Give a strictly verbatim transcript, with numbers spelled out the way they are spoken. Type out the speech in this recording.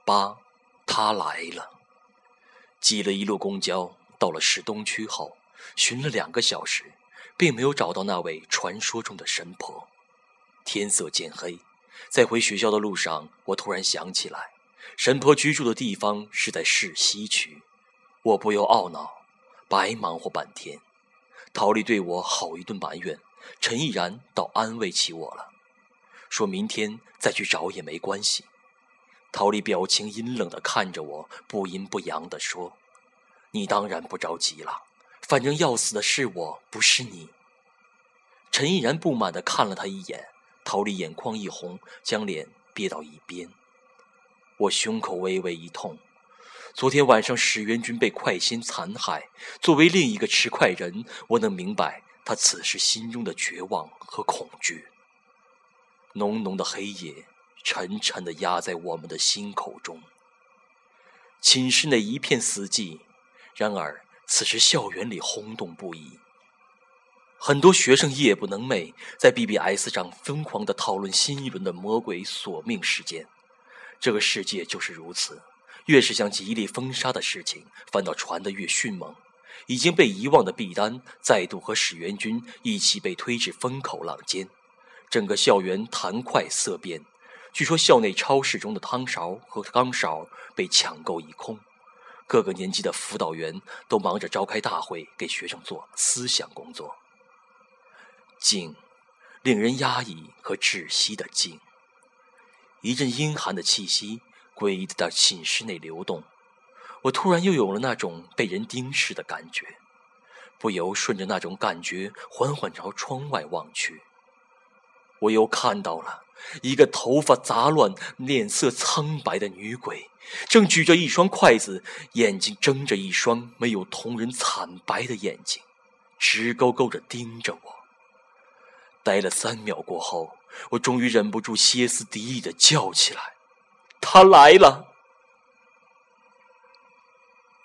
八，他来了。挤了一路公交，到了市东区后，寻了两个小时，并没有找到那位传说中的神婆。天色渐黑，在回学校的路上，我突然想起来，神婆居住的地方是在市西区。我不由懊恼，白忙活半天。陶丽对我好一顿埋怨，陈毅然倒安慰起我了，说明天再去找也没关系。陶丽表情阴冷地看着我，不阴不阳地说：你当然不着急了，反正要死的是我，不是你。陈毅然不满地看了他一眼，陶丽眼眶一红，将脸憋到一边。我胸口微微一痛，昨天晚上史元军被快心残害，作为另一个持快人，我能明白他此时心中的绝望和恐惧。浓浓的黑夜沉沉地压在我们的心口中。寝室内一片死寂，然而此时校园里轰动不已。很多学生夜不能寐，在 B B S 上疯狂地讨论新一轮的魔鬼索命事件。这个世界就是如此，越是想极力封杀的事情，反倒传得越迅猛。已经被遗忘的毕丹再度和史元军一起被推至风口浪尖，整个校园谈快色变。据说校内超市中的汤勺和钢勺被抢购一空，各个年级的辅导员都忙着召开大会，给学生做思想工作。静，令人压抑和窒息的静。一阵阴寒的气息诡异地在寝室内流动，我突然又有了那种被人盯视的感觉，不由顺着那种感觉缓缓朝窗外望去。我又看到了一个头发杂乱、脸色苍白的女鬼，正举着一双筷子，眼睛睁着一双没有同人惨白的眼睛，直勾勾地盯着我。待了三秒过后，我终于忍不住歇斯底里地叫起来：他来了！